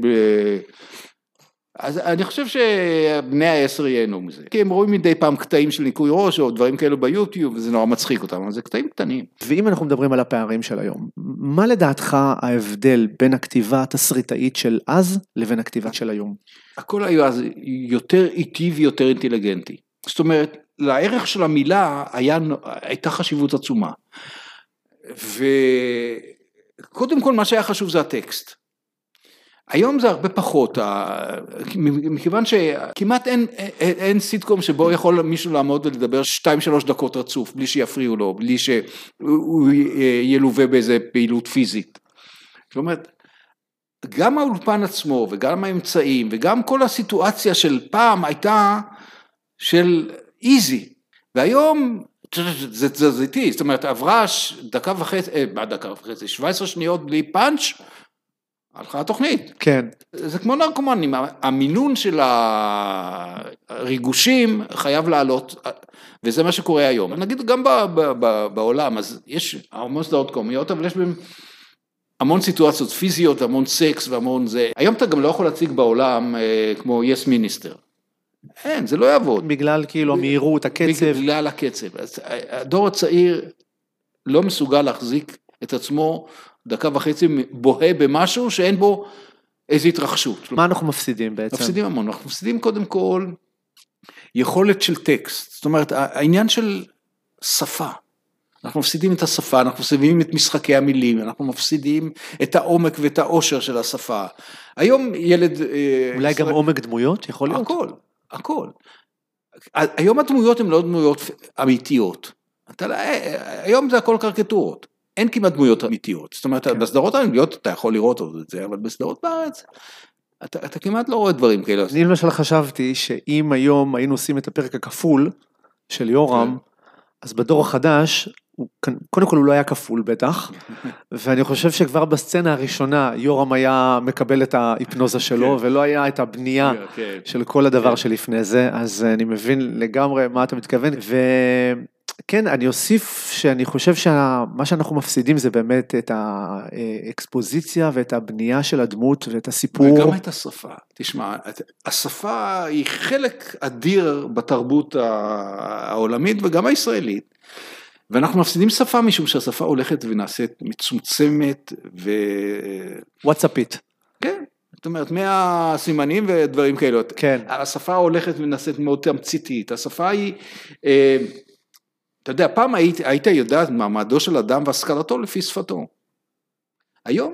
אז אני חושב שבני העשר ייהנו מזה, כי הם רואים מדי פעם קטעים של ניקוי ראש או דברים כאלו ביוטיוב וזה נורא מצחיק אותם, אבל זה קטעים קטנים. ואם אנחנו מדברים על הפערים של היום, מה לדעתך ההבדל בין הכתיבה התסריטאית של אז לבין הכתיבה של היום? הכל היה אז יותר איטי ויותר אינטליגנטי, זאת אומרת לערך של המילה היה, הייתה חשיבות עצומה. וקודם כל מה שהיה חשוב זה הטקסט. היום זה הרבה פחות, מכיוון שכמעט אין, אין, אין סיטקום שבו יכול מישהו לעמוד ולדבר שתיים שלוש דקות רצוף, בלי שיפריעו לו, בלי שהוא ילווה באיזה פעילות פיזית. זאת אומרת, גם האולפן עצמו וגם האמצעים וגם כל הסיטואציה של פעם הייתה של איזי, והיום זה תזזיתי, זאת אומרת, עברה דקה וחצי, מה דקה וחצי, שבע עשרה שניות בלי פאנץ', הלכה התוכנית. כן. זה כמו נרקומנים, המינון של הריגושים חייב לעלות, וזה מה שקורה היום. נגיד גם בעולם, אז יש המון סדרות קומיות, אבל יש בהם המון סיטואציות פיזיות, המון סקס והמון זה. היום אתה גם לא יכול להציג בעולם כמו יס מיניסטר. אין, זה לא יעבוד. בגלל כאילו המהירות, הקצב. בגלל הקצב. אז הדור הצעיר לא מסוגל להחזיק את עצמו דקה וחצי בוהה במשהו שאין בו איזו התרחשות. מה אנחנו מפסידים בעצם? מפסידים המון. אנחנו מפסידים קודם כל יכולת של טקסט. זאת אומרת, העניין של שפה. אנחנו מפסידים את השפה, אנחנו מפסידים את משחקי המילים, אנחנו מפסידים את העומק ואת העושר של השפה. היום ילד... אולי גם עומק דמויות? יכול להיות? הכל. הכל. היום הדמויות הן לא דמויות אמיתיות. אתה, היום זה הכל קריקטורות. אין כמעט דמויות אמיתיות. זאת אומרת, כן. בסדרות האנגליות אתה יכול לראות את זה, אבל בסדרות בארץ, אתה, אתה כמעט לא רואה דברים כאלה. אני למשל חשבתי שאם היום היינו עושים את הפרק הכפול של יורם, כן. אז בדור החדש, הוא, קודם כל הוא לא היה כפול בטח, ואני חושב שכבר בסצנה הראשונה, יורם היה מקבל את ההיפנוזה שלו, ולא היה את הבנייה של כל הדבר שלפני זה, אז אני מבין לגמרי מה אתה מתכוון, וכן, אני אוסיף שאני חושב שמה שאנחנו מפסידים זה באמת את האקספוזיציה, ואת הבנייה של הדמות, ואת הסיפור. וגם את השפה, תשמע, השפה היא חלק אדיר בתרבות העולמית, וגם הישראלית, ואנחנו מפסידים שפה משום שהשפה הולכת ונעשית מצומצמת ו... וואטסאפית. כן, זאת אומרת, מהסימנים ודברים כאלו. כן. השפה הולכת ונעשית מאוד תמציתית, השפה היא, אה, אתה יודע, פעם היית, היית יודעת מעמדו של אדם והשכלתו לפי שפתו. היום,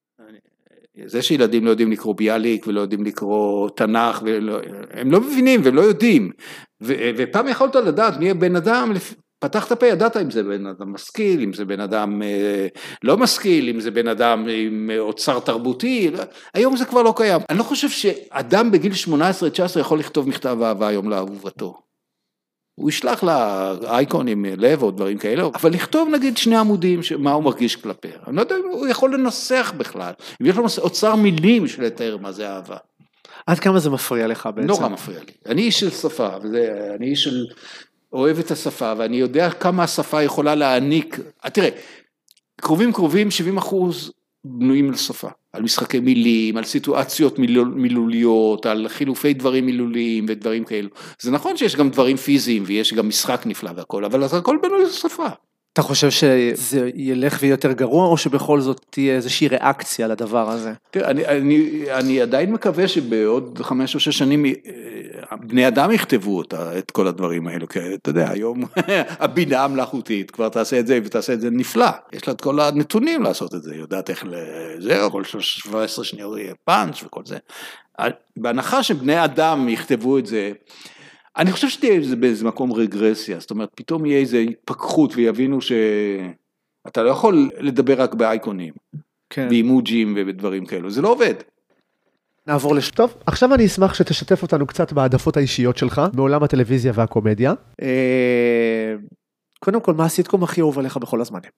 זה שילדים לא יודעים לקרוא ביאליק ולא יודעים לקרוא תנ"ך, ולא, הם לא מבינים והם לא יודעים, ו, ופעם יכולת לדעת מי הבן אדם, פתחת פה, ידעת אם זה בן אדם משכיל, אם זה בן אדם אה, לא משכיל, אם זה בן אדם עם אוצר תרבותי, היום זה כבר לא קיים. אני לא חושב שאדם בגיל שמונה עשרה תשע עשרה יכול לכתוב מכתב אהבה היום לאהובתו. הוא ישלח לה אייקון עם לב או דברים כאלה, אבל לכתוב נגיד שני עמודים מה הוא מרגיש כלפיה. אני לא יודע אם הוא יכול לנסח בכלל, אם יש לו אוצר מילים של לתאר מה זה אהבה. עד כמה זה מפריע לך בעצם? נורא מפריע לי. אני איש של שפה, וזה, אני איש של... אוהב את השפה, ואני יודע כמה השפה יכולה להעניק, תראה, קרובים קרובים, שבעים אחוז בנויים על שפה, על משחקי מילים, על סיטואציות מילוליות, על חילופי דברים מילוליים ודברים כאלו. זה נכון שיש גם דברים פיזיים, ויש גם משחק נפלא והכל, אבל הכל בנוי על שפה. אתה חושב שזה ילך ויהיה יותר גרוע, או שבכל זאת תהיה איזושהי ריאקציה לדבר הזה? תראה, אני, אני, אני עדיין מקווה שבעוד חמש או שש שנים, בני אדם יכתבו אותה, את כל הדברים האלו, כי אתה יודע, היום הבינה המלאכותית, כבר תעשה את זה, ותעשה את זה נפלא. יש לה את כל הנתונים לעשות את זה, יודעת איך לזה, כל שבע עשרה שניות יהיה פאנץ' וכל זה. בהנחה שבני אדם יכתבו את זה, אני חושב שתהיה באיזה מקום רגרסיה, זאת אומרת, פתאום יהיה איזו התפכחות, ויבינו שאתה לא יכול לדבר רק באייקונים, כן. באימוג'ים ובדברים כאלו, זה לא עובד. נעבור לש... טוב, עכשיו אני אשמח שתשתף אותנו קצת בעדפות האישיות שלך, מעולם הטלוויזיה והקומדיה. קודם כל, מה הסיטקום הכי אהוב עליך בכל הזמנים?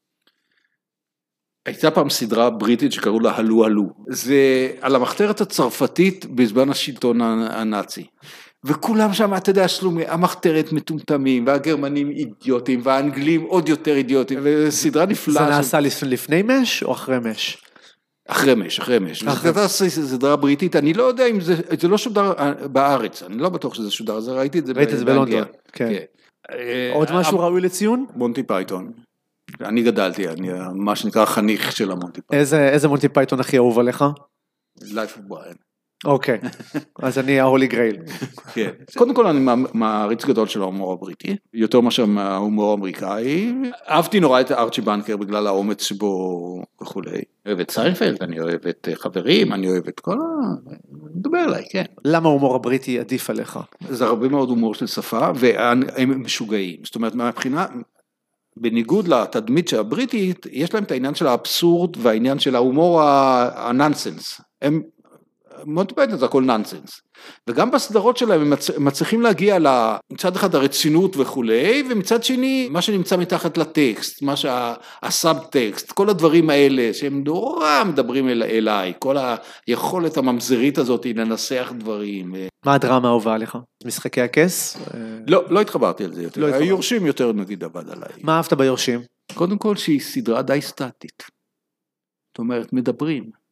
הייתה פעם סדרה בריטית שקראו לה הלו הלו, זה על המחתרת הצרפתית בזמן השלטון הנאצי. וכולם שם, אתה יודע, שלומי, המחתרת מטומטמים, והגרמנים אידיוטים, והאנגלים עוד יותר אידיוטים, וסדרה נפלאה. זה נעשה לפני מש או אחרי מש? אחרי מש, אחרי מש. זה סדרה בריטית, אני לא יודע אם זה, זה לא שודר בארץ, אני לא בטוח שזה שודר, זה ראיתי את זה ראיתי את זה בלונדון, כן. עוד משהו ראוי לציון? מונטי פייתון. אני גדלתי, אני מה שנקרא חניך של המונטי פייתון. איזה מונטי פייתון הכי אהוב עליך? Life of Brian. אוקיי, אז אני ההולי גרייל. כן, קודם כל אני מעריץ גדול של ההומור הבריטי, יותר מאשר מההומור האמריקאי, אהבתי נורא את ארצ'י בנקר בגלל האומץ שבו וכולי, אוהב את סיינפלד, אני אוהב את חברים, אני אוהב את כל ה... מדבר אליי, כן. למה ההומור הבריטי עדיף עליך? זה הרבה מאוד הומור של שפה, והם משוגעים, זאת אומרת, מהבחינה... בניגוד לתדמית של הבריטית, יש להם את העניין של האבסורד, והעניין של ההומור הננסנס, הם... מונטי פייתון זה הכל ננסנס, וגם בסדרות שלהם הם מצליחים להגיע מצד אחד הרצינות וכולי, ומצד שני מה שנמצא מתחת לטקסט, מה שהסאב-טקסט, כל הדברים האלה שהם נורא מדברים אל, אליי, כל היכולת הממזרית הזאת לנסח דברים. מה הדרמה האהובה עליך? משחקי הכס? לא, לא התחברתי על זה יותר, לא היורשים יותר נגיד עבד עליי. מה אהבת ביורשים? קודם כל שהיא סדרה די סטטית, זאת אומרת מדברים,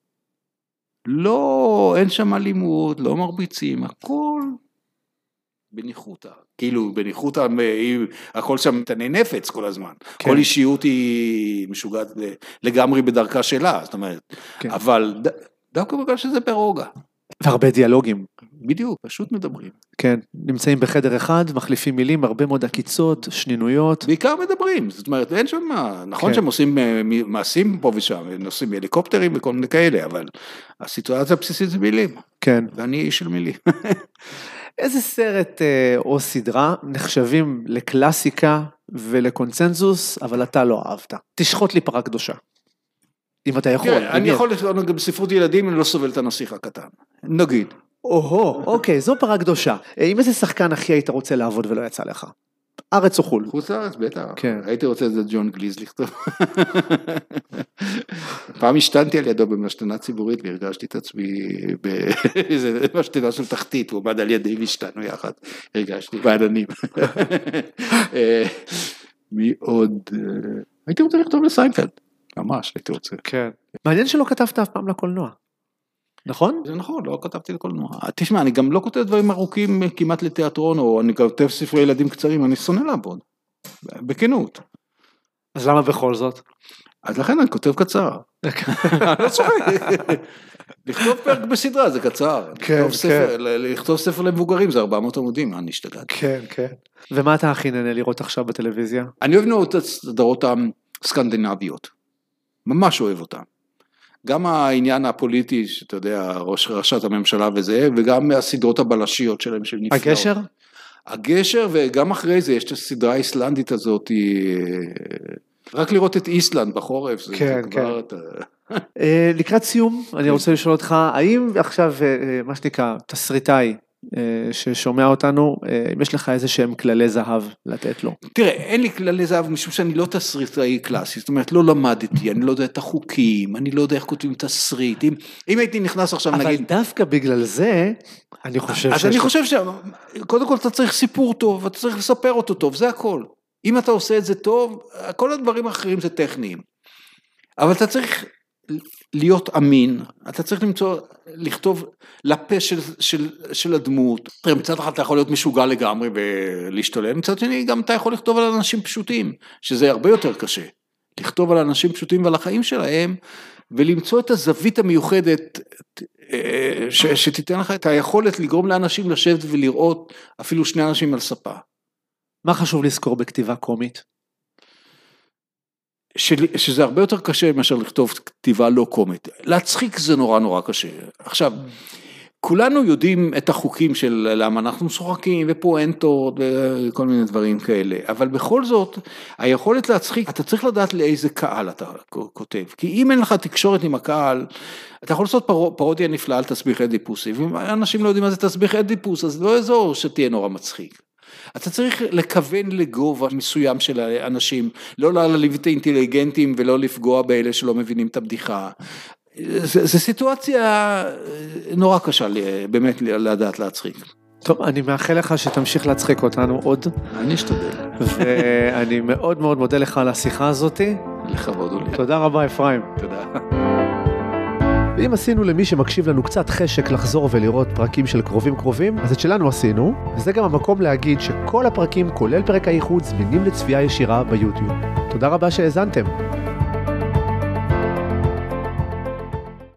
לא, אין שם אלימות, לא מרביצים, הכל בניחותא, כאילו בניחותא, הכל שם תני נפץ כל הזמן, כן. כל אישיות היא משוגעת לגמרי בדרכה שלה, זאת אומרת, כן. אבל ד, דווקא בגלל שזה ברוגע. והרבה דיאלוגים. בדיוק, פשוט מדברים. כן, נמצאים בחדר אחד, מחליפים מילים, הרבה מאוד עקיצות, שנינויות. בעיקר מדברים, זאת אומרת, אין שם, נכון כן. שהם עושים מעשים פה ושם, נוסעים הליקופטרים וכל מיני כאלה, אבל הסיטואציה הבסיסית זה מילים. כן. ואני איש של מילים. איזה סרט אה, או סדרה נחשבים לקלאסיקה ולקונצנזוס, אבל אתה לא אהבת? תשחוט לי פרה קדושה. אם אתה יכול. כן, אני יכול לתאר גם בספרות ילדים, אני לא סובל את הנסיך הקטן. נגיד. או-הו, אוקיי, זו פרה קדושה. עם איזה שחקן הכי היית רוצה לעבוד ולא יצא לך? ארץ או חול? חוץ לארץ, בטח. כן. הייתי רוצה את זה ג'ון גליז לכתוב. פעם השתנתי על ידו במשתנה ציבורית, והרגשתי את עצמי באיזה משתנה של תחתית, הוא עמד על ידי והשתנו יחד, הרגשתי בעננים. מי עוד? הייתי רוצה לכתוב לסיינפלד, ממש הייתי רוצה. כן. מעניין שלא כתבת אף פעם לקולנוע. נכון? זה נכון, לא כתבתי לקולנוע. תשמע, אני גם לא כותב דברים ארוכים כמעט לתיאטרון, או אני כותב ספרי ילדים קצרים, אני שונא לעבוד. בכנות. אז למה בכל זאת? אז לכן אני כותב קצר. אני לא צוחק. לכתוב פרק בסדרה זה קצר. כן, כן. לכתוב ספר למבוגרים זה ארבע מאות עמודים, מה נשתגעת. כן, כן. ומה אתה הכי נהנה לראות עכשיו בטלוויזיה? אני אוהב מאוד את הסדרות הסקנדינביות. ממש אוהב אותן. גם העניין הפוליטי, שאתה יודע, ראש ראשת הממשלה וזה, וגם הסדרות הבלשיות שלהם של נפלאות. הגשר? הגשר, וגם אחרי זה יש את הסדרה האיסלנדית הזאת, רק לראות את איסלנד בחורף, זה כן, כבר... כן. לקראת סיום, אני רוצה לשאול אותך, האם עכשיו, מה שנקרא, תסריטאי, ששומע אותנו, אם יש לך איזה שהם כללי זהב לתת לו. תראה, אין לי כללי זהב, משום שאני לא תסריטאי קלאסי, זאת אומרת, לא למדתי, אני לא יודע את החוקים, אני לא יודע איך כותבים תסריט, אם, אם הייתי נכנס עכשיו, אבל נגיד... אבל דווקא בגלל זה, אני חושב אז אני חושב ש... קודם כל אתה צריך סיפור טוב, אתה צריך לספר אותו טוב, זה הכל. אם אתה עושה את זה טוב, כל הדברים האחרים זה טכניים. אבל אתה צריך להיות אמין, אתה צריך למצוא, לכתוב לפה של, של, של הדמות. מצד אחד אתה יכול להיות משוגע לגמרי ולהשתולל, מצד שני גם אתה יכול לכתוב על אנשים פשוטים, שזה הרבה יותר קשה. לכתוב על אנשים פשוטים ועל החיים שלהם, ולמצוא את הזווית המיוחדת, ש, שתיתן לך את היכולת לגרום לאנשים לשבת ולראות אפילו שני אנשים על ספה. מה חשוב לזכור בכתיבה קומית? שזה הרבה יותר קשה מאשר לכתוב כתיבה לא קומית. להצחיק זה נורא נורא קשה. עכשיו, כולנו יודעים את החוקים של למה אנחנו משוחקים ופואנטות וכל מיני דברים כאלה, אבל בכל זאת, היכולת להצחיק, אתה צריך לדעת לאיזה קהל אתה כותב, כי אם אין לך תקשורת עם הקהל, אתה יכול לעשות פרודיה נפלאה על תסביך אדיפוסי, ואם אנשים לא יודעים מה זה תסביך אדיפוס, אז לא יעזור שתהיה נורא מצחיק. אתה צריך לכוון לגובה מסוים של האנשים, לא להעליב את האינטליגנטים ולא לפגוע באלה שלא מבינים את הבדיחה. זו סיטואציה נורא קשה באמת לדעת להצחיק. טוב, אני מאחל לך שתמשיך להצחיק אותנו עוד. אני אשתדל. ואני מאוד מאוד מודה לך על השיחה הזאת. לכבוד לי. תודה רבה אפרים. תודה. ואם עשינו למי שמקשיב לנו קצת חשק לחזור ולראות פרקים של קרובים קרובים, אז את שלנו עשינו, וזה גם המקום להגיד שכל הפרקים, כולל פרק הייחוד, זמינים לצפייה ישירה ביוטיוב. תודה רבה שהאזנתם.